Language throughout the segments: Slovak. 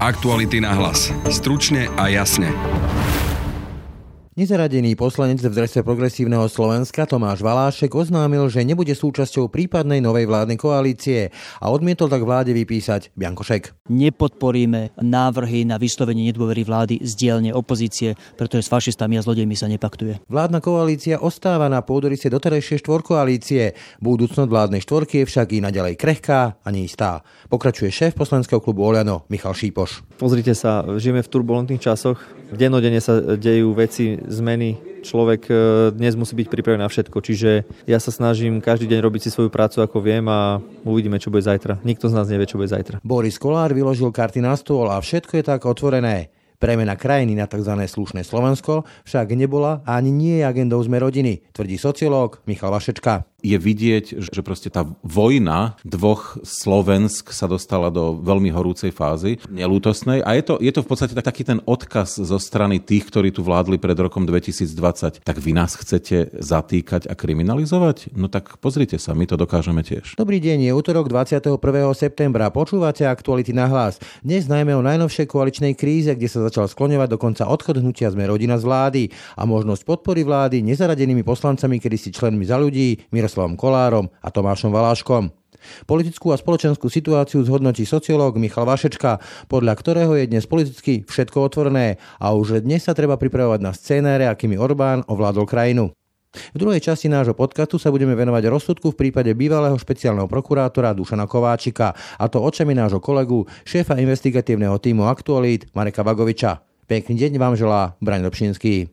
Aktuality na hlas. Stručne a jasne. Nezaradený poslanec v drese Progresívneho Slovenska Tomáš Valášek oznámil, že nebude súčasťou prípadnej novej vládnej koalície a odmietol tak vláde vypísať bianko šek. Nepodporíme návrhy na vyslovenie nedôvery vlády z dielne opozície, pretože s fašistami a zlodejmi sa nepaktuje. Vládna koalícia ostáva na pôdoryse doterajšej štvorkoalície. Budúcnosť vládnej štvorky je však i naďalej krehká a neistá. Pokračuje šéf poslaneckého klubu Oľano Michal Šípoš. Pozrite sa, žijeme v turbulentných časoch. Dennodenne sa dejú veci, zmeny. Človek dnes musí byť pripravený na všetko. Čiže ja sa snažím každý deň robiť si svoju prácu, ako viem, a uvidíme, čo bude zajtra. Nikto z nás nevie, čo bude zajtra. Boris Kollár vyložil karty na stôl a všetko je tak otvorené. Premena krajiny na tzv. Slušné Slovensko však nebola a ani nie je agendou Sme rodiny, tvrdí sociológ Michal Vašečka. Je vidieť, že proste tá vojna dvoch Slovensk sa dostala do veľmi horúcej fázy, neľútostnej. A je to v podstate taký ten odkaz zo strany tých, ktorí tu vládli pred rokom 2020. Tak vy nás chcete zatýkať a kriminalizovať? No tak pozrite sa, my to dokážeme tiež. Dobrý deň, je útorok 21. septembra. Počúvate Aktuality na hlas. Dnes najmä o najnovšej koaličnej kríze, kde sa začal skloňovať dokonca odchod hnutia Sme rodina z vlády a možnosť podpory vlády nezaradenými poslancami, kedysi členmi Za ľudí, Miroslavom Kollárom a Tomášom Valáškom. Politickú a spoločenskú situáciu zhodnotí sociológ Michal Vašečka, podľa ktorého je dnes politicky všetko otvorené a už dnes sa treba pripravovať na scenáre, akými Orbán ovládol krajinu. V druhej časti nášho podcastu sa budeme venovať rozsudku v prípade bývalého špeciálneho prokurátora Dušana Kováčika, a to očami nášho kolegu, šéfa investigatívneho tímu Aktualít Mareka Vagoviča. Pekný deň vám želá Braň Dobšinský.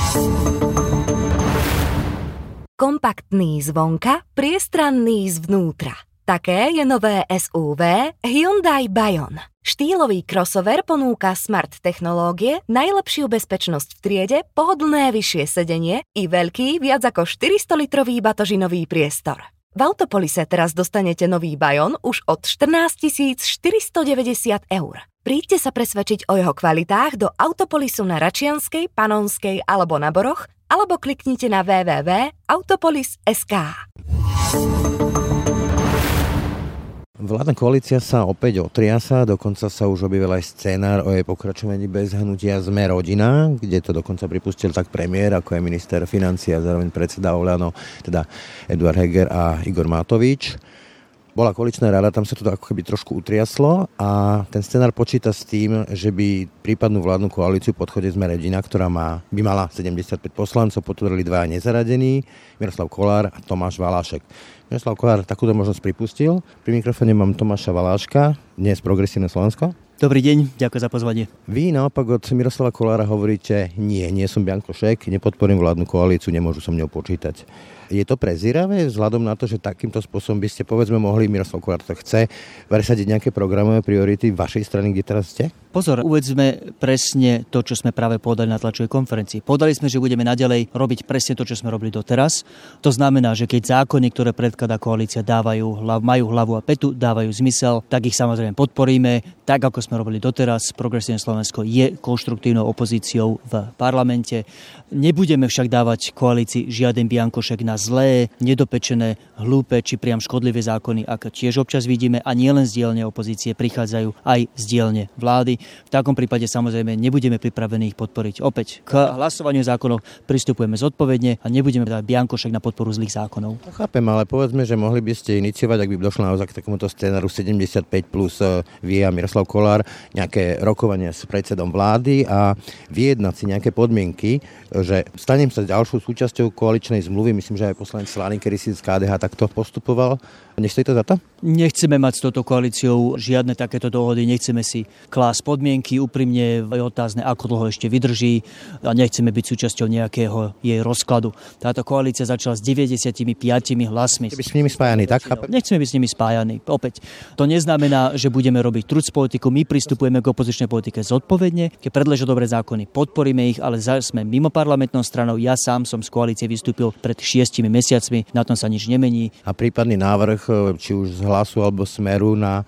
Kompaktný zvonka, priestranný zvnútra. Také je nové SUV Hyundai Bayon. Štýlový crossover ponúka smart technológie, najlepšiu bezpečnosť v triede, pohodlné vyššie sedenie i veľký, viac ako 400-litrový batožinový priestor. V Autopolise teraz dostanete nový Bayon už od 14 490 €. Príďte sa presvedčiť o jeho kvalitách do Autopolisu na Račianskej, Panonskej alebo na Boroch, alebo kliknite na www.autopolis.sk. Vládna koalícia sa opäť otriasa, dokonca sa už objavil aj scenár o jej pokračovaní bez hnutia Sme rodina, kde to dokonca pripustil tak premiér, ako aj minister financií a zároveň predseda Oľano, teda Eduard Heger a Igor Matovič. Bola koaličná rada, tam sa to ako keby trošku utriaslo a ten scenár počíta s tým, že by prípadnú vládnu koalíciu v podchode Sme rodina, ktorá by mala 75 poslancov, potvrdili dvaja nezaradení, Miroslav Kollár a Tomáš Valášek. Miroslav Kollár takúto možnosť pripustil. Pri mikrofóne mám Tomáša Valáška, dnes Progresívne Slovensko. Dobrý deň, ďakujem za pozvanie. Vy naopak od Miroslava Kollára hovoríte, nie som bianko šek, nepodporím vládnu koalíciu, nemôžu so mňou počítať. Je to prezíravé vzhľadom na to, že takýmto spôsobom by ste povedzme mohli, Miroslav Kollár to chce, presadiť nejaké programové priority vašej strany, kde teraz ste? Pozor, uvedzme presne to, čo sme práve povedali na tlačovej konferencii. Povedali sme, že budeme naďalej robiť presne to, čo sme robili doteraz. To znamená, že keď zákony, ktoré predkladá koalícia, majú hlavu a petu, dávajú zmysel, tak ich samozrejme podporíme, tak ako sme robili doteraz. Progresívne Slovensko je konštruktívnou opozíciou v parlamente. Nebudeme však dávať koalícii žiaden biankošek na zlé, nedopečené, hlúpe či priam škodlivé zákony, ako tiež občas vidíme, a nielen z dielne opozície prichádzajú aj z dielne vlády. V takom prípade samozrejme nebudeme pripravení ich podporiť. Opäť k hlasovaniu zákonov pristupujeme zodpovedne a nebudeme dať biankošek na podporu zlých zákonov. Chápem, ale povedzme, že mohli by ste iniciovať, ak by došlo naozaj k takémuto scénaru 75 plus vy a Miroslav Kollár, nejaké rokovanie s predsedom vlády a vyjednať si nejaké podmienky, že stanem sa ďalšou súčasťou koaličnej zmluvy. Myslím, že aj poslanec Slaný, ktorý si z KDH takto postupoval. Nestojí to za to? Nechceme mať s touto koalíciou žiadne takéto dohody, nechceme si klásť podmienky, úprimne je otázne, ako dlho ešte vydrží, a nechceme byť súčasťou nejakého jej rozkladu. Táto koalícia začala s 95 hlasmi. Keby s nimi spájani, tak? Nechceme byť s nimi spájani. Opäť, to neznamená, že budeme robiť truc politiku, my pristupujeme k opozičnej politike zodpovedne, keď predložia dobré zákony, podporíme ich, ale sme mimo parlamentnou stranou. Ja sám som z koalície vystúpil pred 6 mesiacmi, na tom sa nič nemení. A prípadný návrh, či už z Hlasu alebo Smeru na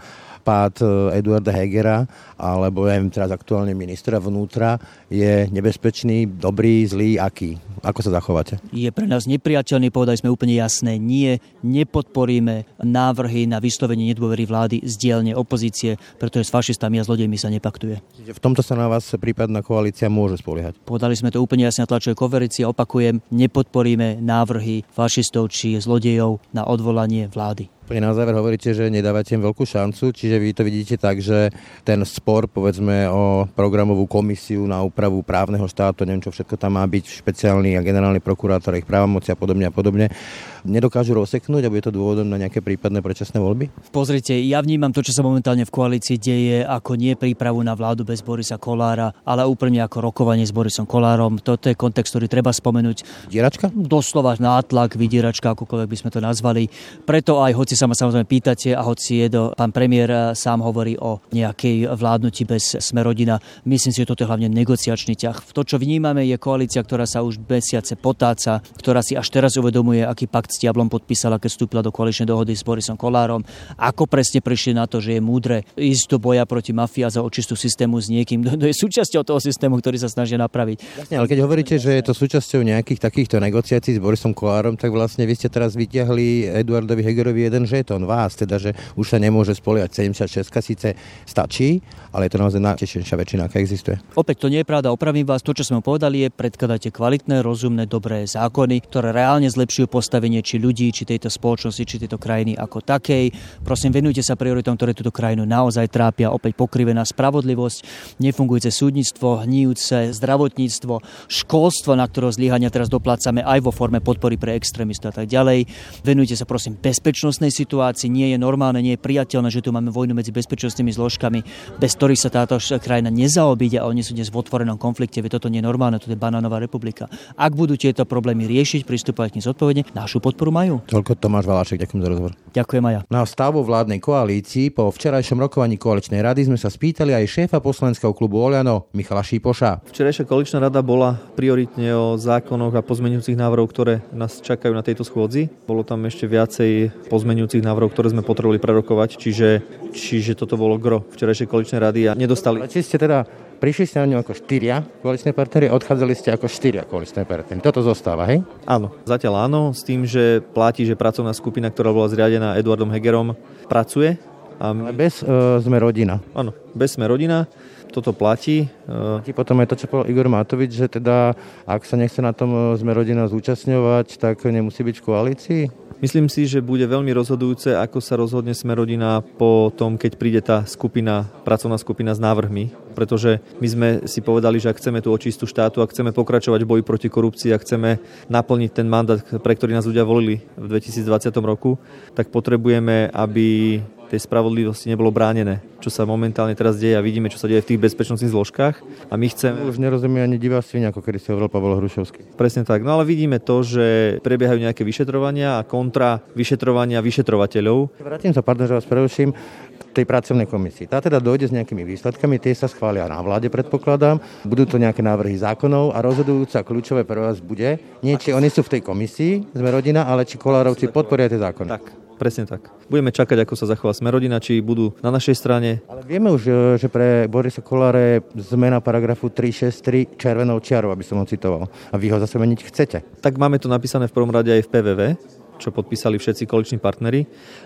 pád Eduarda Hegera, alebo ja neviem, teraz aktuálne ministra vnútra, je nebezpečný, dobrý, zlý, aký? Ako sa zachováte? Je pre nás nepriateľný, povedali sme úplne jasné, nie, nepodporíme návrhy na vyslovenie nedôvery vlády z dielne opozície, pretože s fašistami a zlodejmi sa nepaktuje. V tomto sa na vás prípadná koalícia môže spoliehať? Povedali sme to úplne jasne na tlačovej konferencii, opakujem, nepodporíme návrhy fašistov či zlodejov na odvolanie vlády. Pri na záver hovoríte, že nedávate im veľkú šancu, čiže vy to vidíte tak, že ten spor, povedzme, o programovú komisiu na úpravu právneho štátu, neviem čo všetko tam má byť, špeciálny a generálny prokurátor, ich právomoci a podobne, nedokážu rozseknúť a bude to dôvodom na nejaké prípadné predčasné voľby? Pozrite, ja vnímam to, čo sa momentálne v koalícii deje, ako nie prípravu na vládu bez Borisa Kollára, ale úplne ako rokovanie s Borisom Kollárom. Toto je kontext, ktorý treba spomenúť. Vydieračka? Doslova nátlak, vydieračka, akokoľvek by sme to nazvali. Preto aj, hoci sa ma samozrejme pýtate a hoci pán premiér sám hovorí o nejakej vládnutí bez Smer-rodina, myslím si, že toto je hlavne negociačný ťah. To, čo vnímame, je koalícia, ktorá sa už mesiace potáca, ktorá si až teraz uvedomuje, aký pakt s diablom podpísala, keď vstúpila do koaličnej dohody s Borisom Kollárom. Ako presne prišli na to, že je múdre ísť do boja proti mafii a za očistu systému s niekým, kto je súčasťou toho systému, ktorý sa snažia napraviť. Jasne, ale keď hovoríte, že je to súčasťou nejakých takýchto negociácií s Borisom Kollárom, tak vlastne vy ste teraz vytiahli Eduardovi Hegerovi jeden žeton vás, teda, že už sa nemôže spoliehať 76, síce stačí, ale je to naozaj najtešenšia väčšina, aká existuje. Opäť to nie je pravda, opravím vás, to, čo sme povedali, je predkladáte kvalitné, rozumné, dobré zákony, ktoré reálne zlepšujú postavenie či ľudí, či tejto spoločnosti, či tejto krajiny ako takej. Prosím, venujte sa prioritom, ktoré túto krajinu naozaj trápia, opäť pokrivená spravodlivosť, nefungujúce súdnictvo, hníjúce zdravotníctvo, školstvo, na ktoré zlyhania teraz doplácame aj vo forme podpory pre extrémistov a tak ďalej. Venujte sa prosím bezpečnostnej situácii, nie je normálne, nie je priateľné, že tu máme vojnu medzi bezpečnostnými zložkami, bez ktorých sa táto krajina nezaobíde a oni sú dnes v otvorenom konflikte, veď toto nie je normálne, toto je banánová republika. Ak budú tieto problémy riešiť, pristupovať k nim zodpovedne, našu podporu majú. Toľko Tomáš Valášek, ďakujem za rozhovor. Ďakujem aj ja. Na stavu vládnej koalícii po včerajšom rokovaní koaličnej rady sme sa spýtali aj šéfa poslaneckého klubu Oľano Michala Šípoša. Včerajšia koaličná rada bola prioritne o zákonoch a pozmeňujúcich návrhov, ktoré nás čakajú na tejto schôdzi. Bolo tam ešte viacej pozmeňujúcich návrhov, ktoré sme potrebovali prerokovať, čiže toto bolo gro včerajšej koaličnej rady a nedostali. Ale či ste teda prišli ste na ňu ako 4 koaličné partnery, odchádzali ste ako 4 koaličné partnery. Toto zostáva, hej? Áno, zatiaľ áno, s tým, že platí, že pracovná skupina, ktorá bola zriadená Eduardom Hegerom, pracuje. Ale bez Smer-rodina. Áno, bez Smer-rodina. Toto platí. Potom je to, čo povedal Igor Matovič, že teda, ak sa nechce na tom Smer-rodina zúčastňovať, tak nemusí byť v koalícii? Myslím si, že bude veľmi rozhodujúce, ako sa rozhodne Smer-rodina po tom, keď príde tá pracovná skupina s návrhmi. Pretože my sme si povedali, že ak chceme tú očistu štátu, ak chceme pokračovať v boji proti korupcii, ak chceme naplniť ten mandát, pre ktorý nás ľudia volili v 2020 roku, tak potrebujeme, aby tej spravodlivosti nebolo bránené, čo sa momentálne teraz deje a vidíme, čo sa deje v tých bezpečnostných zložkách. A my chceme... Už nerozumie ani divá svinia, ako kedy si hovoril Pavel Hrušovský. Presne tak. No ale vidíme to, že prebiehajú nejaké vyšetrovania a kontra vyšetrovania vyšetrovateľov. Vrátim sa, že vás preruším, tej pracovnej komisii. Tá teda dojde s nejakými výsledkami, tie sa schvália na vláde, predpokladám. Budú to nejaké návrhy zákonov a rozhodujúca kľúčové pre vás bude nie, či oni sú v tej komisii, Smer-rodina, ale či Kollárovci podporia tie zákony. Tak. Presne tak. Budeme čakať, ako sa zachová Smer-rodina, či budú na našej strane. Ale vieme už, že pre Borisa Kollára je zmena paragrafu 363 červenou čiarou, aby som ho citoval. A vy ho zase meniť chcete. Tak máme to napísané v prvom rade aj v PVV, čo podpísali všetci koaliční partneri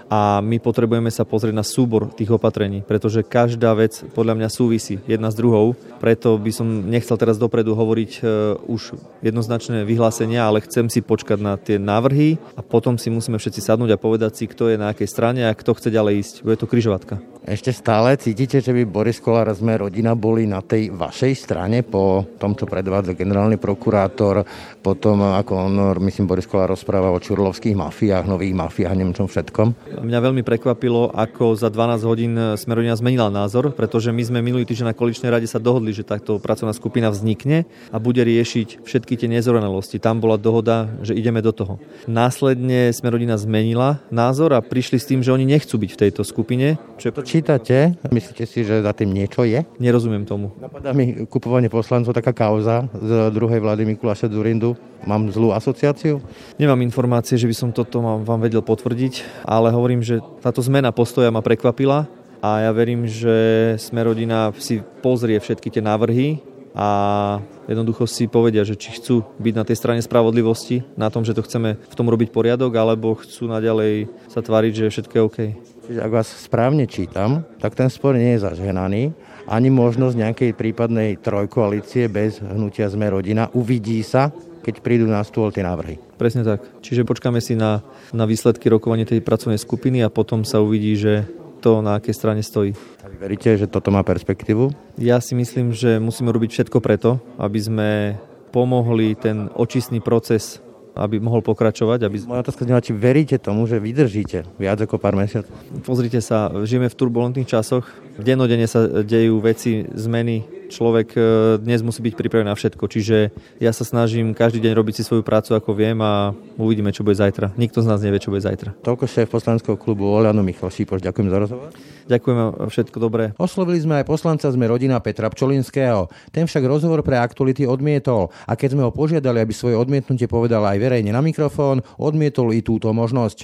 a my potrebujeme sa pozrieť na súbor tých opatrení, pretože každá vec podľa mňa súvisí jedna s druhou, preto by som nechcel teraz dopredu hovoriť už jednoznačné vyhlásenia, ale chcem si počkať na tie návrhy a potom si musíme všetci sadnúť a povedať si, kto je na akej strane a kto chce ďalej ísť. Bude to križovatka. Ešte stále cítite, že by Boris Kollár a Smer-rodina boli na tej vašej strane po tom, čo predvádza generálny prokurátor, potom ako on, myslím, Boris Kollár rozpráva o čurlovských mafiách, nových mafiách, neviem čom všetkom. Mňa veľmi prekvapilo, ako za 12 hodín Smer-rodina zmenila názor, pretože my sme minulý týždeň na koaličnej rade sa dohodli, že takto pracovná skupina vznikne a bude riešiť všetky tie nezrovnalosti. Tam bola dohoda, že ideme do toho. Následne Smer-rodina zmenila názor a prišli s tým, že oni nechcú byť v tejto skupine. To čítate? Myslíte si, že za tým niečo je? Nerozumiem tomu. Napadá mi kupovanie poslancov, taká kauza z druhej vlády Mikuláša Dzurindu. Mám zlú asociáciu? Nemám informácie, že by som toto vám vedel potvrdiť, ale hovorím, že táto zmena postoja ma prekvapila a ja verím, že Smer-rodina si pozrie všetky tie návrhy a jednoducho si povedia, že či chcú byť na tej strane spravodlivosti, na tom, že to chceme v tom robiť poriadok, alebo chcú naďalej sa tváriť, že všetko je OK. Čiže ak vás správne čítam, tak ten spor nie je zažehnaný, ani možnosť nejakej prípadnej trojkoalície bez hnutia Smer-rodina. Uvidí sa, keď prídu na stôl tie návrhy. Presne tak. Čiže počkáme si na výsledky rokovania tej pracovnej skupiny a potom sa uvidí, že to na akej strane stojí. A vy veríte, že toto má perspektívu? Ja si myslím, že musíme robiť všetko preto, aby sme pomohli ten očistný proces, aby mohol pokračovať. Moja otázka znela, či veríte tomu, že vydržíte viac ako pár mesiacov? Pozrite sa, žijeme v turbulentných časoch. Dennodenne sa dejú veci, zmeny. Človek dnes musí byť pripravený na všetko. Čiže ja sa snažím každý deň robiť si svoju prácu, ako viem, a uvidíme, čo bude zajtra. Nikto z nás nevie, čo bude zajtra. Toľko šéf poslaneckého klubu Oľano Michal Šipoš. Ďakujem za rozhovor. Ďakujem a všetko dobré. Oslovili sme aj poslanca Smer-rodina Petra Pčolinského. Ten však rozhovor pre Aktuality odmietol. A keď sme ho požiadali, aby svoje odmietnutie povedal aj verejne na mikrofón, odmietol i túto možnosť.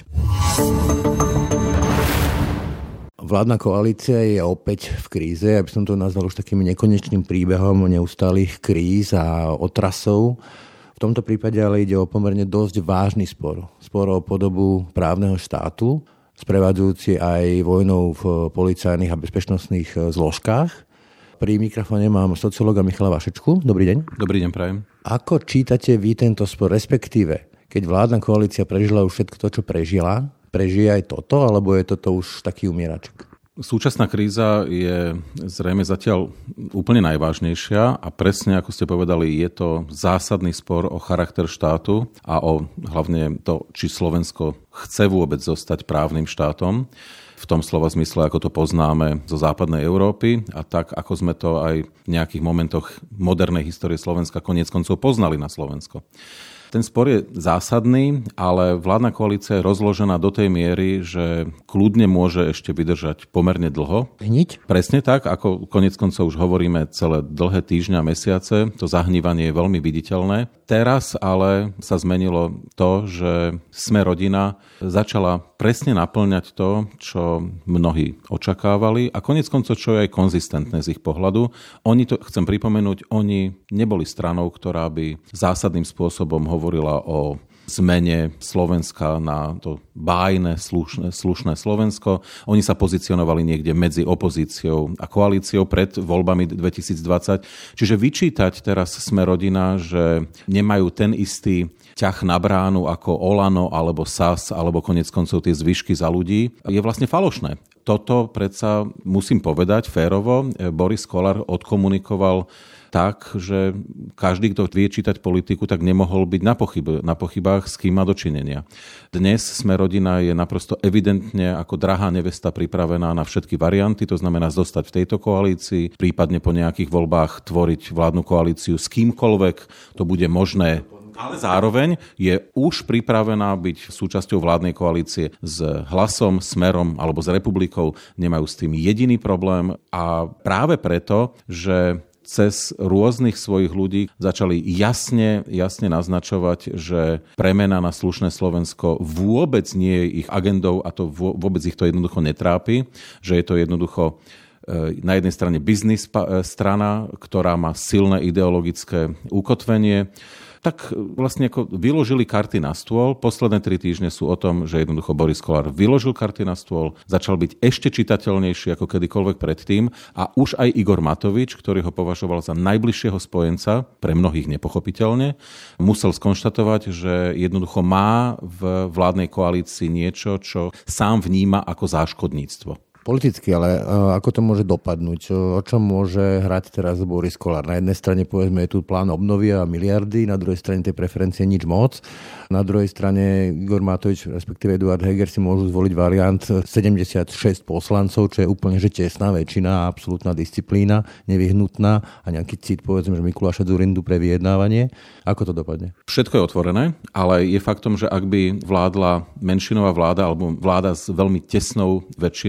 Vládna koalícia je opäť v kríze, aby som to nazval už takým nekonečným príbehom neustálých kríz a otrasov. V tomto prípade ale ide o pomerne dosť vážny spor. Spor o podobu právneho štátu, sprevádzajúci aj vojnou v policajných a bezpečnostných zložkách. Pri mikrofóne mám sociológa Michala Vašečku. Dobrý deň. Dobrý deň, prajem. Ako čítate vy tento spor, respektíve, keď vládna koalícia prežila už všetko to, čo prežila, prežije aj toto, alebo je toto už taký umieraček? Súčasná kríza je zrejme zatiaľ úplne najvážnejšia a presne ako ste povedali, je to zásadný spor o charakter štátu a o hlavne to, či Slovensko chce vôbec zostať právnym štátom. V tom slova zmysle, ako to poznáme zo západnej Európy a tak, ako sme to aj v nejakých momentoch modernej histórie Slovenska koniec koncov poznali na Slovensko. Ten spor je zásadný, ale vládna koalícia je rozložená do tej miery, že kľudne môže ešte vydržať pomerne dlho. Hniť? Presne tak, ako koniec koncov už hovoríme celé dlhé týždňa a mesiace, to zahnívanie je veľmi viditeľné. Teraz ale sa zmenilo to, že Smer-rodina začala presne naplňať to, čo mnohí očakávali a koniec koncov, čo je aj konzistentné z ich pohľadu. Oni to, chcem pripomenúť, oni neboli stranou, ktorá by zásadným spôsobom hovorila o zmene Slovenska na to bájne, slušné Slovensko. Oni sa pozicionovali niekde medzi opozíciou a koalíciou pred voľbami 2020. Čiže vyčítať teraz Smer-rodina, že nemajú ten istý ťah na bránu ako Olano alebo SAS alebo koniec koncov tie zvyšky za ľudí, je vlastne falošné. Toto predsa, musím povedať férovo, Boris Kollár odkomunikoval tak, že každý, kto vie čítať politiku, tak nemohol byť na pochybách, s kým má dočinenia. Dnes Smer-rodina je naprosto evidentne ako drahá nevesta pripravená na všetky varianty, to znamená zostať v tejto koalícii, prípadne po nejakých voľbách tvoriť vládnu koalíciu s kýmkoľvek, to bude možné. Ale zároveň je už pripravená byť súčasťou vládnej koalície s Hlasom, Smerom alebo s Republikou. Nemajú s tým jediný problém a práve preto, že cez rôznych svojich ľudí začali jasne naznačovať, že premena na slušné Slovensko vôbec nie je ich agendou a to vôbec ich to jednoducho netrápi, že je to jednoducho na jednej strane biznis strana, ktorá má silné ideologické ukotvenie, tak vlastne ako vyložili karty na stôl. Posledné 3 týždne sú o tom, že jednoducho Boris Kollár vyložil karty na stôl, začal byť ešte čitateľnejší ako kedykoľvek predtým a už aj Igor Matovič, ktorý ho považoval za najbližšieho spojenca, pre mnohých nepochopiteľne, musel skonštatovať, že jednoducho má v vládnej koalícii niečo, čo sám vníma ako záškodníctvo. Politicky, ale ako to môže dopadnúť? O čom môže hrať teraz Boris Kollár? Na jednej strane povedzme je tu plán obnovy a miliardy, na druhej strane tej preferencie nič moc. Na druhej strane Igor Matovič, respektíve Eduard Heger si môžu zvoliť variant 76 poslancov, čo je úplne že tesná väčšina, absolútna disciplína, nevyhnutná a nejaký cit, povedzme, že Mikuláša Dzurindu pre vyjednávanie. Ako to dopadne? Všetko je otvorené, ale je faktom, že ak by vládla menšinová vláda alebo vláda s veľmi tesnou väčšinou,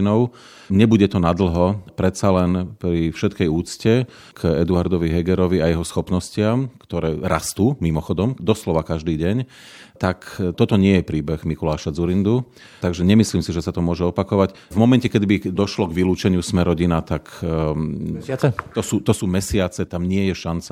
Nebude to nadlho, predsa len pri všetkej úcte k Eduardovi Hegerovi a jeho schopnostiam, ktoré rastú, mimochodom, doslova každý deň, tak toto nie je príbeh Mikuláša Dzurindu, takže nemyslím si, že sa to môže opakovať. V momente, keď by došlo k vylúčeniu Smer-rodina, tak to sú mesiace, tam nie je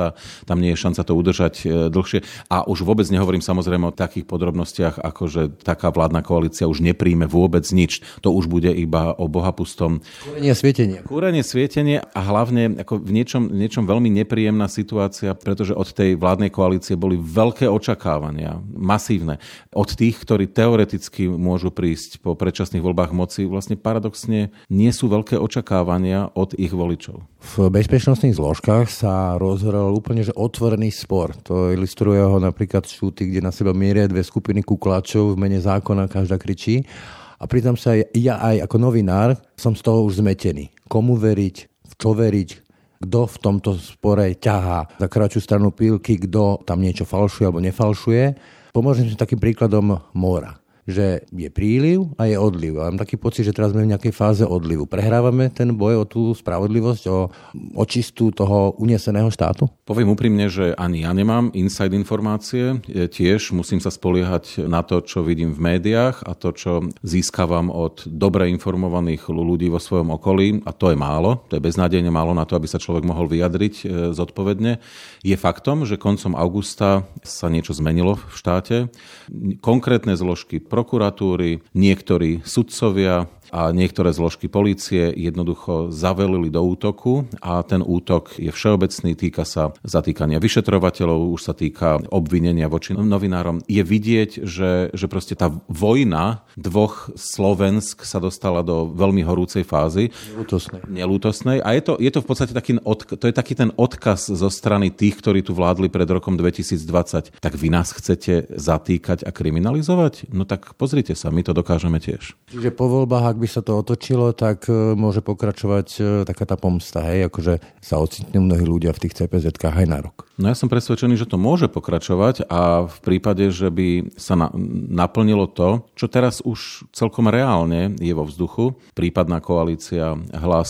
šanca to udržať dlhšie. A už vôbec nehovorím samozrejme o takých podrobnostiach, ako že taká vládna koalícia už nepríjme vôbec nič. To už bude iba o bohapustom. Kúrenie, svietenie a hlavne ako v niečom veľmi nepríjemná situácia, pretože od tej vládnej koalície boli veľké očakávania, masívne. Od tých, ktorí teoreticky môžu prísť po predčasných voľbách moci, vlastne paradoxne nie sú veľké očakávania od ich voličov. V bezpečnostných zložkách sa rozhoral úplne že otvorený spor. To ilustruje ho napríklad šúty, kde na seba mieria dve skupiny kuklačov v mene zákona, každá kričí. A pritom sa ja aj ako novinár som z toho už zmetený. Komu veriť, v čo veriť, kto v tomto spore ťahá za kratšiu stranu pílky, kto tam niečo falšuje alebo nefalšuje. Pomôžem si takým príkladom mora, že je príliv a je odliv. A mám taký pocit, že teraz sme v nejakej fáze odlivu. Prehrávame ten boj o tú spravodlivosť, o očistu toho uneseného štátu? Poviem úprimne, že ani ja nemám inside informácie. Tiež musím sa spoliehať na to, čo vidím v médiách a to, čo získavam od dobre informovaných ľudí vo svojom okolí. A to je málo. To je beznádejne málo na to, aby sa človek mohol vyjadriť zodpovedne. Je faktom, že koncom augusta sa niečo zmenilo v štáte. Konkrétne zložky prokuratúry, niektorí sudcovia a niektoré zložky polície jednoducho zavelili do útoku a ten útok je všeobecný, týka sa zatýkania vyšetrovateľov, už sa týka obvinenia voči novinárom. Je vidieť, že proste tá vojna dvoch Slovensk sa dostala do veľmi horúcej fázy. Neľútosnej. A je to v podstate taký ten odkaz zo strany tých, ktorí tu vládli pred rokom 2020. Tak vy nás chcete zatýkať a kriminalizovať? No tak pozrite sa, my to dokážeme tiež. Čiže po voľbách, ak by sa to otočilo, tak môže pokračovať taká tá pomsta, hej? Akože sa ocitnú mnohí ľudia v tých CPZ-kách aj na rok. No ja som presvedčený, že to môže pokračovať a v prípade, že by sa naplnilo to, čo teraz už celkom reálne je vo vzduchu, prípadná koalícia Hlas,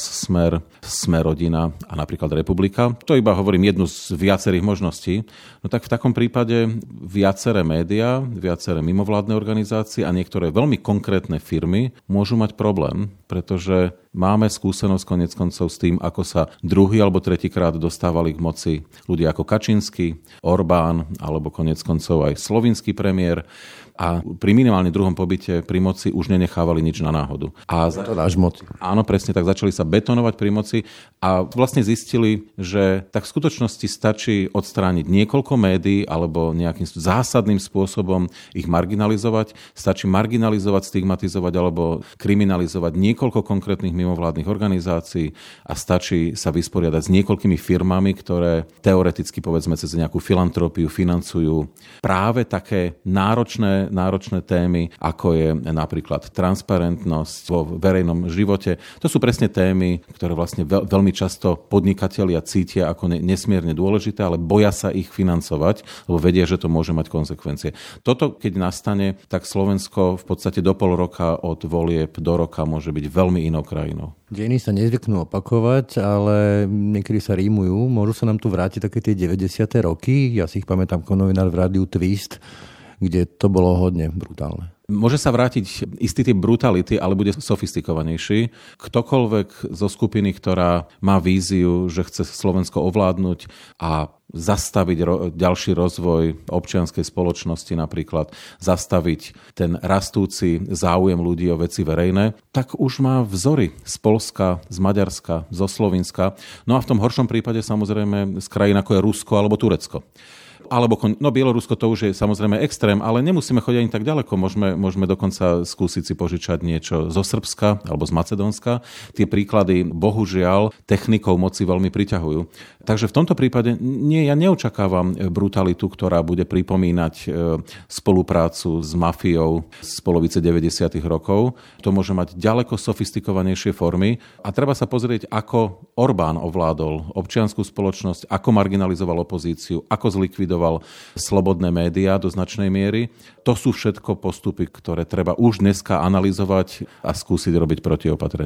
Smer-rodina a napríklad Republika, to iba hovorím jednu z viacerých možností, no tak v takom prípade viaceré médiá, viaceré mimovládne organizácie a niektoré veľmi konkrétne firmy môžu mať problém, pretože máme skúsenosť konec koncov s tým, ako sa druhý alebo tretíkrát dostávali k moci ľudia ako Kačínsky, Orbán alebo konec koncov aj slovinský premiér a pri minimálne druhom pobyte pri moci už nenechávali nič na náhodu. A to dáš moci. Áno, presne tak, začali sa betonovať pri moci a vlastne zistili, že tak v skutočnosti stačí odstrániť niekoľko médií alebo nejakým zásadným spôsobom ich marginalizovať, stačí marginalizovať, stigmatizovať alebo kriminalizovať niekoľko konkrétnych mimovládnych organizácií a stačí sa vysporiadať s niekoľkými firmami, ktoré teoreticky povedzme cez nejakú filantropiu financujú práve také náročné témy, ako je napríklad transparentnosť vo verejnom živote. To sú presne témy, ktoré vlastne veľmi často podnikatelia cítia ako nesmierne dôležité, ale boja sa ich financovať, lebo vedia, že to môže mať konsekvencie. Toto, keď nastane, tak Slovensko v podstate do pol roka od volieb do roka môže byť veľmi inou krajinou. Dejiny sa nezvyknú opakovať, ale niekedy sa rímujú. Môžu sa nám tu vrátiť také tie 90. roky. Ja si ich pamätám ako novinár v rádiu Twist, kde to bolo hodne brutálne. Môže sa vrátiť istý typ brutality, ale bude sofistikovanejší. Ktokoľvek zo skupiny, ktorá má víziu, že chce Slovensko ovládnuť a zastaviť ďalší rozvoj občianskej spoločnosti napríklad, zastaviť ten rastúci záujem ľudí o veci verejné, tak už má vzory z Poľska, z Maďarska, zo Slovinska. No a v tom horšom prípade samozrejme z krajín ako je Rusko alebo Turecko. Alebo Bielorusko to už je samozrejme extrém, ale nemusíme chodiť ani tak ďaleko. Môžeme dokonca skúsiť si požičať niečo zo Srbska alebo z Macedónska. Tie príklady bohužiaľ technikou moci veľmi priťahujú. Takže v tomto prípade ja neočakávam brutalitu, ktorá bude pripomínať spoluprácu s mafiou z polovice 90. rokov. To môže mať ďaleko sofistikovanejšie formy a treba sa pozrieť, ako Orbán ovládol občiansku spoločnosť, ako marginalizoval opozíciu, ako zlikvidoval slobodné médiá do značnej miery. To sú všetko postupy, ktoré treba už dneska analyzovať a skúsiť robiť protiopatrenia.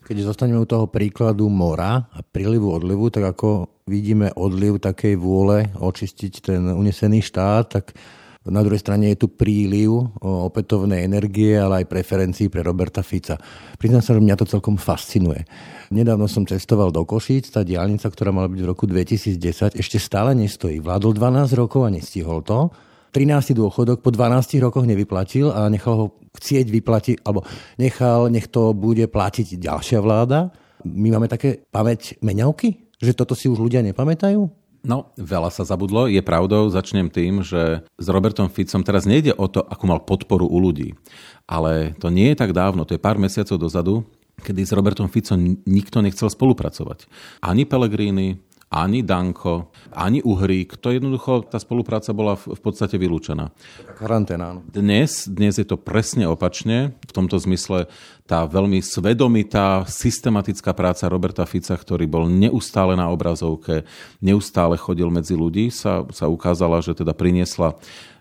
Keď zostaneme u toho príkladu mora a prílivu odlivu, tak ako vidíme odliv takej vôle očistiť ten unesený štát, tak na druhej strane je tu príliv opätovnej energie, ale aj preferencií pre Roberta Fica. Priznám sa, že mňa to celkom fascinuje. Nedávno som cestoval do Košíc, tá diaľnica, ktorá mala byť v roku 2010, ešte stále nestojí. Vládol 12 rokov a nestihol to. 13. dôchodok po 12 rokoch nevyplatil a nechal ho chcieť vyplatiť, alebo nech to bude platiť ďalšia vláda. My máme také pamäť meňavky, že toto si už ľudia nepamätajú? No, veľa sa zabudlo. Je pravdou, začnem tým, že s Robertom Ficom teraz nejde o to, akú mal podporu u ľudí. Ale to nie je tak dávno, to je pár mesiacov dozadu, kedy s Robertom Ficom nikto nechcel spolupracovať. Ani Pellegrini, ani Danko, ani Uhrík. To jednoducho, tá spolupráca bola v podstate vylúčená. Karanténa, áno. Dnes je to presne opačne. V tomto zmysle tá veľmi svedomitá, systematická práca Roberta Fica, ktorý bol neustále na obrazovke, neustále chodil medzi ľudí, sa ukázala, že teda priniesla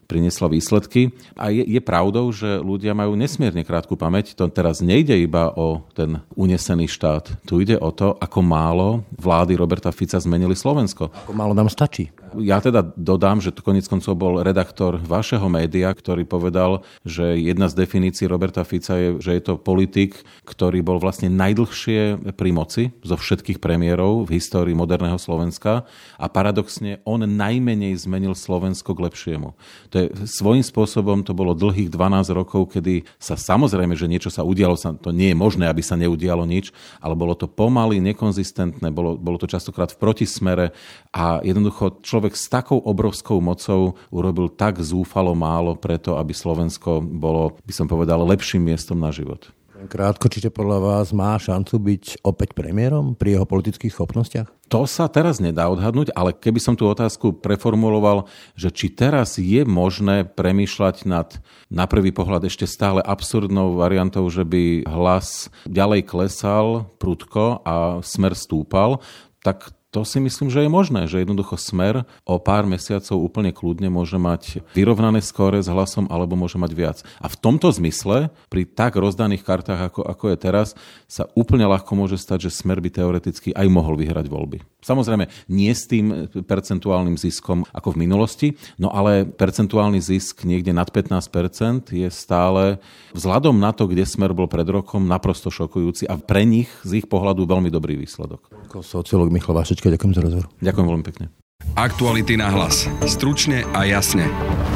výsledky. A je pravdou, že ľudia majú nesmierne krátku pamäť. To teraz nejde iba o ten unesený štát. Tu ide o to, ako málo vlády Roberta Fica zmenili Slovensko. Ako málo nám stačí. Ja teda dodám, že to koniec koncov bol redaktor vašeho média, ktorý povedal, že jedna z definícií Roberta Fica je, že je to politik, ktorý bol vlastne najdlhšie pri moci zo všetkých premiérov v histórii moderného Slovenska a paradoxne on najmenej zmenil Slovensko k lepšiemu. Svojím spôsobom to bolo dlhých 12 rokov, kedy sa samozrejme, že niečo sa udialo, to nie je možné, aby sa neudialo nič, ale bolo to pomaly, nekonzistentné, bolo to častokrát v protismere a jednoducho človek s takou obrovskou mocou urobil tak zúfalo málo preto, aby Slovensko bolo, by som povedal, lepším miestom na život. Krátko, čiže podľa vás má šancu byť opäť premiérom pri jeho politických schopnostiach? To sa teraz nedá odhadnúť, ale keby som tú otázku preformuloval, že či teraz je možné premýšľať nad na prvý pohľad ešte stále absurdnou variantou, že by Hlas ďalej klesal prudko a Smer stúpal, tak to si myslím, že je možné, že jednoducho Smer o pár mesiacov úplne kľudne môže mať vyrovnané skóre s Hlasom alebo môže mať viac. A v tomto zmysle, pri tak rozdaných kartách, ako je teraz, sa úplne ľahko môže stať, že Smer by teoreticky aj mohol vyhrať voľby. Samozrejme, nie s tým percentuálnym ziskom ako v minulosti, no ale percentuálny zisk niekde nad 15% je stále vzhľadom na to, kde Smer bol pred rokom, naprosto šokujúci a pre nich z ich pohľadu veľmi dobrý výsledok. Sociológ Michal Vašečka, ďakujem za rozhovor. Ďakujem veľmi pekne. Aktuality na hlas. Stručne a jasne.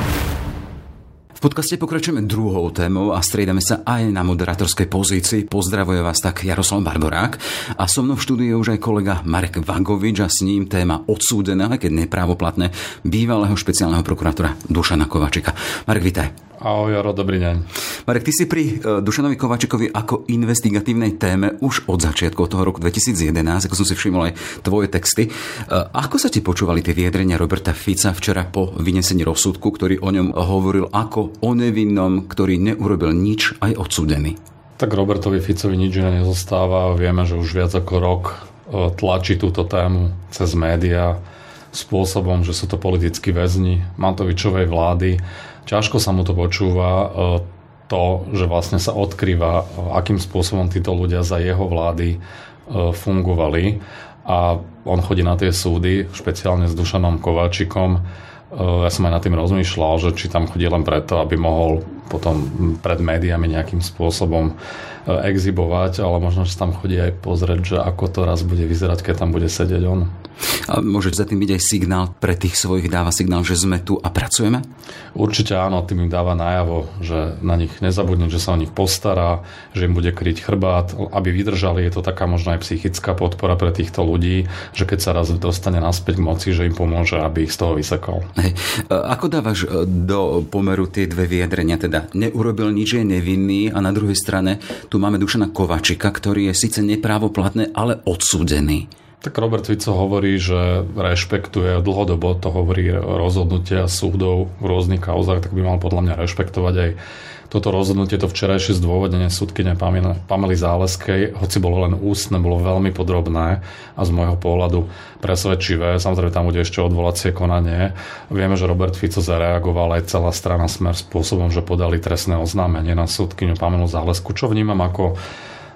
V podcaste pokračujeme druhou témou a striedame sa aj na moderátorskej pozícii. Pozdravuje vás tak Jaroslav Barborák a so mnou v štúdiu už aj kolega Marek Vagovič a s ním téma odsúdeného, aj keď neprávoplatné, bývalého špeciálneho prokurátora Dušana Kováčika. Marek, vitaj. Ahoj, Jaro, dobrý deň. Marek, ty si pri Dušanovi Kováčikovi ako investigatívnej téme už od začiatku, od toho roku 2011, ako som si všimol aj tvoje texty. Ako sa ti počúvali tie vyjadrenia Roberta Fica včera po vynesení rozsudku, ktorý o ňom hovoril ako o nevinnom, ktorý neurobil nič, aj odsúdený? Tak Robertovi Ficovi nič iné nezostáva. Vieme, že už viac ako rok tlačí túto tému cez médiá spôsobom, že sú to politickí väzni Matovičovej vlády. Ťažko sa mu to počúva, to, že vlastne sa odkrýva, akým spôsobom títo ľudia za jeho vlády fungovali. A on chodí na tie súdy, špeciálne s Dušanom Kováčikom. Ja som aj nad tým rozmýšľal, že či tam chodí len preto, aby mohol potom pred médiami nejakým spôsobom exhibovať, ale možno, že tam chodí aj pozrieť, že ako to raz bude vyzerať, keď tam bude sedieť on. A môže za tým byť aj signál pre tých svojich, dáva signál, že sme tu a pracujeme? Určite áno, tým im dáva najavo, že na nich nezabudne, že sa o nich postará, že im bude kryť chrbát, aby vydržali. Je to taká možno aj psychická podpora pre týchto ľudí, že keď sa raz dostane naspäť k moci, že im pomôže, aby ich z toho vysekol. Hej. Ako dávaš do pomeru tie dve vyjadrenia, teda neurobil nič, je nevinný a na druhej strane tu máme Dušana Kováčika, ktorý je síce neprávoplatné, ale odsúdený. Tak Robert Fico hovorí, že rešpektuje dlhodobo, to hovorí rozhodnutia súdov v rôznych kauzách, tak by mal podľa mňa rešpektovať aj toto rozhodnutie, to včerajšie zdôvodnenie súdkyne Pamely Záleskej, hoci bolo len ústne, bolo veľmi podrobné a z môjho pohľadu presvedčivé. Samozrejme, tam bude ešte odvolacie konanie. Vieme, že Robert Fico zareagoval aj celá strana Smer spôsobom, že podali trestné oznámenie na súdkyňu Pamelu Zálesku, čo vnímam ako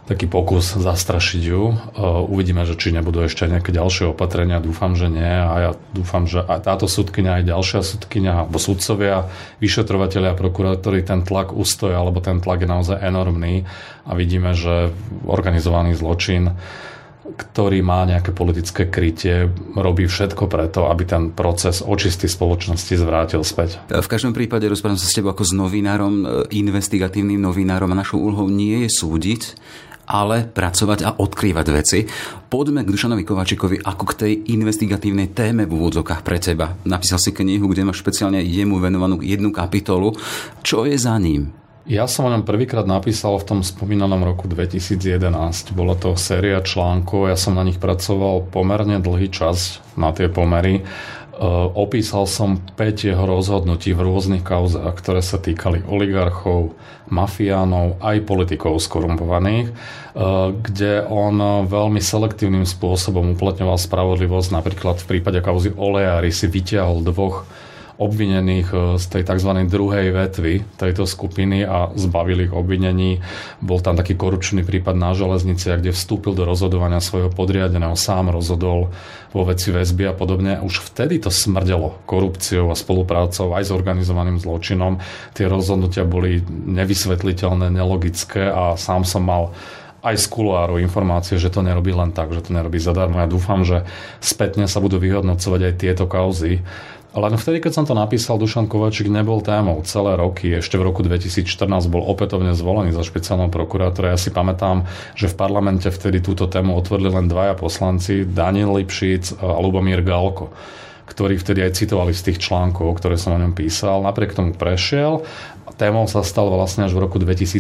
taký pokus zastrašiť ju. Uvidíme, že či nebudú ešte nejaké ďalšie opatrenia. Dúfam, že nie. A ja dúfam, že aj táto sudkyňa, aj ďalšia sudkyňa, alebo sudcovia, vyšetrovatelia a prokurátori ten tlak ustoja, alebo ten tlak je naozaj enormný. A vidíme, že organizovaný zločin, ktorý má nejaké politické krytie, robí všetko preto, aby ten proces očisty spoločnosti zvrátil späť. V každom prípade rozprávam sa s tebou ako s novinárom, investigatívnym novinárom a našou úlohou nie je súdiť, ale pracovať a odkrývať veci. Poďme k Dušanovi Kováčikovi ako k tej investigatívnej téme v úvodzovkách pre teba. Napísal si knihu, kde máš špeciálne jemu venovanú jednu kapitolu. Čo je za ním? Ja som o ňom prvýkrát napísal v tom spomínanom roku 2011. Bola to séria článkov, ja som na nich pracoval pomerne dlhý čas na tie pomery. Opísal som 5 jeho rozhodnutí v rôznych kauzách, ktoré sa týkali oligarchov, mafiánov, aj politikov skorumpovaných, kde on veľmi selektívnym spôsobom uplatňoval spravodlivosť. Napríklad v prípade kauzy Oleári si vytiahol 2 obvinených z tej tzv. Druhej vetvy tejto skupiny a zbavil ich obvinení. Bol tam taký korupčný prípad na železniciach, kde vstúpil do rozhodovania svojho podriadeného, sám rozhodol vo veci väzby a podobne. Už vtedy to smrdelo korupciou a spoluprácou aj s organizovaným zločinom. Tie rozhodnutia boli nevysvetliteľné, nelogické a sám som mal aj z kuloárov informácie, že to nerobí len tak, že to nerobí zadarmo. Ja dúfam, že spätne sa budú vyhodnocovať aj tieto kauzy. Ale vtedy, keď som to napísal, Dušan Kováčik nebol témou celé roky. Ešte v roku 2014 bol opätovne zvolený za špeciálneho prokurátora. Ja si pamätám, že v parlamente vtedy túto tému otvorili len 2 poslanci, Daniel Lipšic a Ľubomír Galko, ktorí vtedy aj citovali z tých článkov, ktoré som o ňom písal. Napriek tomu prešiel. Témou sa stal vlastne až v roku 2017,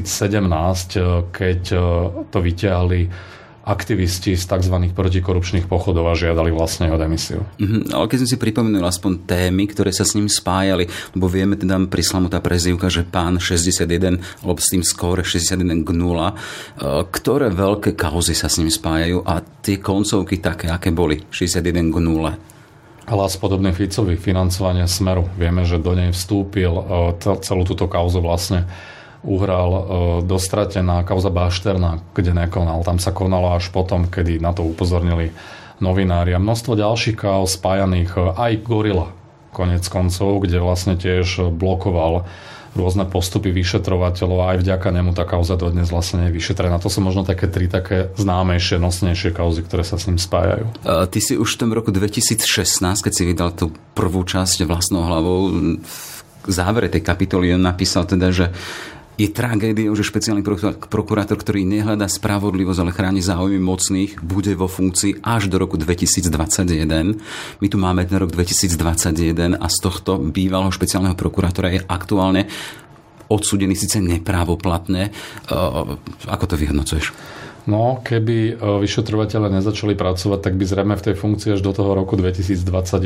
keď to vyťahli aktivisti z tzv. Protikorupčných pochodov a žiadali vlastne o demisiu. Ale keď sme si pripomenuli aspoň témy, ktoré sa s ním spájali, lebo vieme teda prišla mu tá prezývka, že pán 61, alebo s tým skóre 61 k 0, ktoré veľké kauzy sa s ním spájajú a tie koncovky také, aké boli 61 k 0. Hlas podobný Ficovi, financovanie Smeru. Vieme, že do nej vstúpil, celú túto kauzu vlastne uhral dostratená kauza Bašterna, kde nekonal. Tam sa konalo až potom, kedy na to upozornili novinári. A množstvo ďalších kauz spájaných, aj Gorila, konec koncov, kde vlastne tiež blokoval rôzne postupy vyšetrovateľov a aj vďaka nemu tá kauza dodnes vlastne nie je vyšetrená. To sú možno také 3 také známejšie, nosnejšie kauzy, ktoré sa s ním spájajú. Ty si už v tom roku 2016, keď si vydal tú prvú časť Vlastnou hlavou, v závere tej kapitoly on napísal teda, že je tragédiou, že špeciálny prokurátor, ktorý nehľadá spravodlivosť, ale chráni záujmy mocných, bude vo funkcii až do roku 2021. My tu máme ten rok 2021 a z tohto bývalého špeciálneho prokurátora je aktuálne odsúdený síce neprávoplatne. Ako to vyhodnocuješ? No, keby vyšetrovateľe nezačali pracovať, tak by zrejme v tej funkcii až do toho roku 2021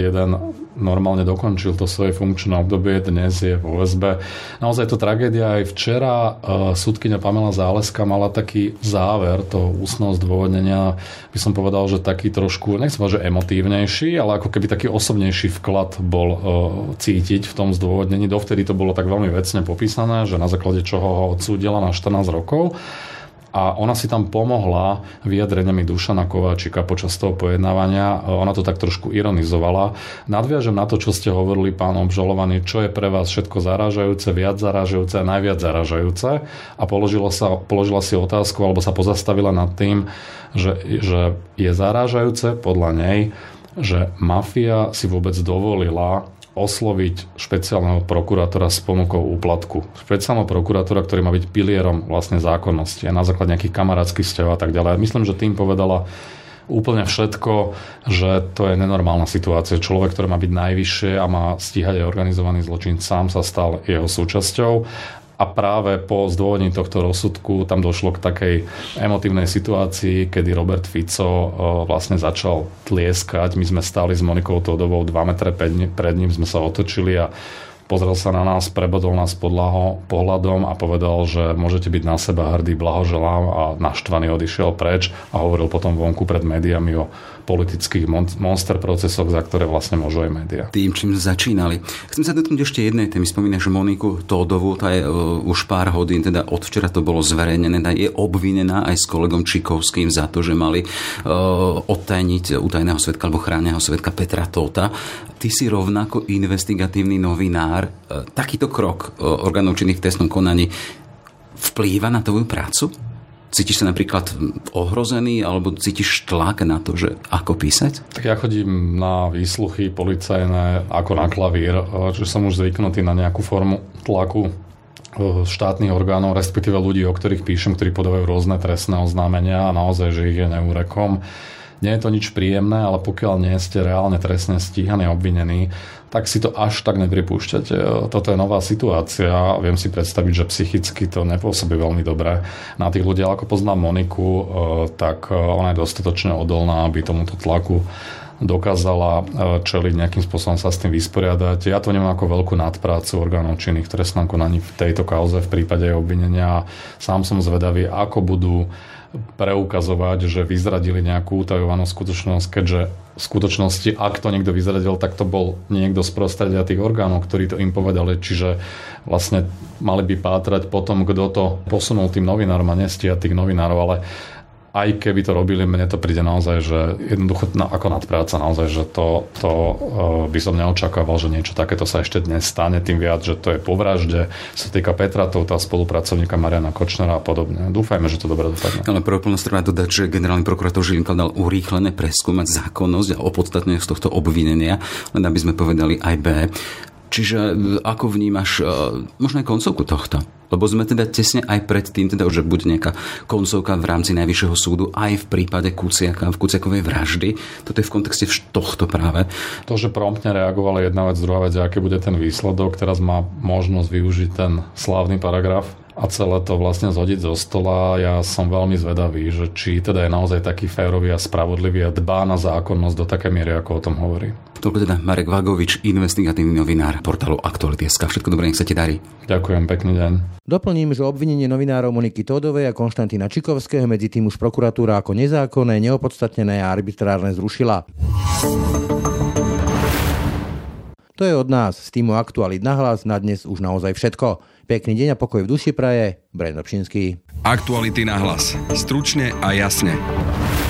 normálne dokončil to svoje funkčné obdobie. Dnes je vo väzbe. Naozaj to tragédia. Aj včera sudkyňa Pamela Záleska mala taký záver toho ústneho zdôvodnenia, by som povedal, že taký trošku, nechcem povedať, že emotívnejší, ale ako keby taký osobnejší vklad bol cítiť v tom zdôvodnení. Dovtedy to bolo tak veľmi vecne popísané, že na základe čoho ho odsúdila na 14 rokov. A ona si tam pomohla vyjadreniami Dušana Kováčika počas toho pojednávania. Ona to tak trošku ironizovala. Nadviažem na to, čo ste hovorili, pán obžalovaný, čo je pre vás všetko zarážajúce, viac zarážajúce a najviac zarážajúce. A položila si otázku, alebo sa pozastavila nad tým, že je zarážajúce podľa nej, že mafia si vôbec dovolila osloviť špeciálneho prokurátora s ponukou úplatku. Špeciálneho prokurátora, ktorý má byť pilierom vlastne zákonnosti a na základe nejakých kamarátskych vzťahov a tak ďalej. Myslím, že tým povedala úplne všetko, že to je nenormálna situácia. Človek, ktorý má byť najvyššie a má stíhať aj organizovaný zločin, sám sa stal jeho súčasťou. A práve po zdôvodnení tohto rozsudku tam došlo k takej emotívnej situácii, kedy Robert Fico vlastne začal tlieskať. My sme stáli s Monikou Todovou 2 metre pred ním, sme sa otočili a pozrel sa na nás, prebodol nás pohľadom a povedal, že môžete byť na seba hrdý, blahoželám, a naštvaný odišiel preč a hovoril potom vonku pred médiami o politických monster procesoch, za ktoré vlastne môžu aj médiá. Tým, čím začínali. Chcem sa dotknúť ešte jednej témy. Spomínaš Moniku Tódovú, tá je už pár hodín, teda od včera to bolo zverejnené, tá je obvinená aj s kolegom Čikovským za to, že mali odtajniť utajeného svedka alebo chráneného svedka Petra Tóta. Ty si rovnako investigatívny novinár. Takýto krok orgánov činných v trestnom konaní vplýva na tvoju prácu? Cítiš sa napríklad ohrozený alebo cítiš tlak na to, že ako písať? Tak ja chodím na výsluchy policajné ako na klavír, že som už zvyknutý na nejakú formu tlaku štátnych orgánov, respektíve ľudí, o ktorých píšem, ktorí podávajú rôzne trestné oznámenia a naozaj, že ich je neúrekom. Nie je to nič príjemné, ale pokiaľ nie ste reálne trestne stíhaní a obvinení, tak si to až tak nepripúšťate. Toto je nová situácia. Viem si predstaviť, že psychicky to nepôsobí veľmi dobre na tých ľudí. Ako poznám Moniku, tak ona je dostatočne odolná, aby tomuto tlaku dokázala čeliť, nejakým spôsobom sa s tým vysporiadať. Ja to nemám ako veľkú nadprácu orgánov činných v trestnom konaní v tejto kauze v prípade obvinenia. Sám som zvedavý, ako budú preukazovať, že vyzradili nejakú utajovanú skutočnosť, keďže v skutočnosti, ak to niekto vyzradil, tak to bol niekto z prostredia tých orgánov, ktorí to im povedali, čiže vlastne mali by pátrať potom, kto to posunul tým novinárom a nestíhať tých novinárov, ale aj keby to robili, mne to príde naozaj, že jednoducho ako nadpráca naozaj, že to by som neočakával, že niečo takéto sa ešte dnes stane, tým viac, že to je po vražde, sa týka Petra Tóta, spolupracovníka Mariana Kočnera a podobne. Dúfajme, že to dobre dopadne. Ale pre úplnosť treba dodať, že generálny prokurátor Žilinka dal urýchlené preskúmať zákonnosť a opodstatnenie z tohto obvinenia, len aby sme povedali aj B. Čiže ako vnímaš možno aj koncovku tohto? Lebo sme teda tesne aj pred tým, teda, že bude nejaká koncovka v rámci Najvyššieho súdu aj v prípade Kuciaka, v Kuciakovej vraždy. Toto je v kontexte tohto práve. To, že promptne reagovala jedna vec, druhá vec, aký bude ten výsledok. Teraz má možnosť využiť ten slávny paragraf a celé to vlastne zhodiť zo stola. Ja som veľmi zvedavý, že či teda je naozaj taký férový a spravodlivý a dbá na zákonnosť do takej miery, ako o tom hovorí. Toľko teda Marek Vagovič, investigatívny novinár portálu Aktuality.sk. Všetko dobré, nech sa ti darí. Ďakujem, pekný deň. Doplním, že obvinenie novinárov Moniky Tódovej a Konštantína Čikovského medzi tým už prokuratúra ako nezákonné, neopodstatnené a arbitrárne zrušila. To je od nás z týmu Aktualit na hlas na dnes už naozaj všetko. Pekný deň a pokoj v duši praje, Breno Pšinský. Aktuality na hlas. Stručne a jasne.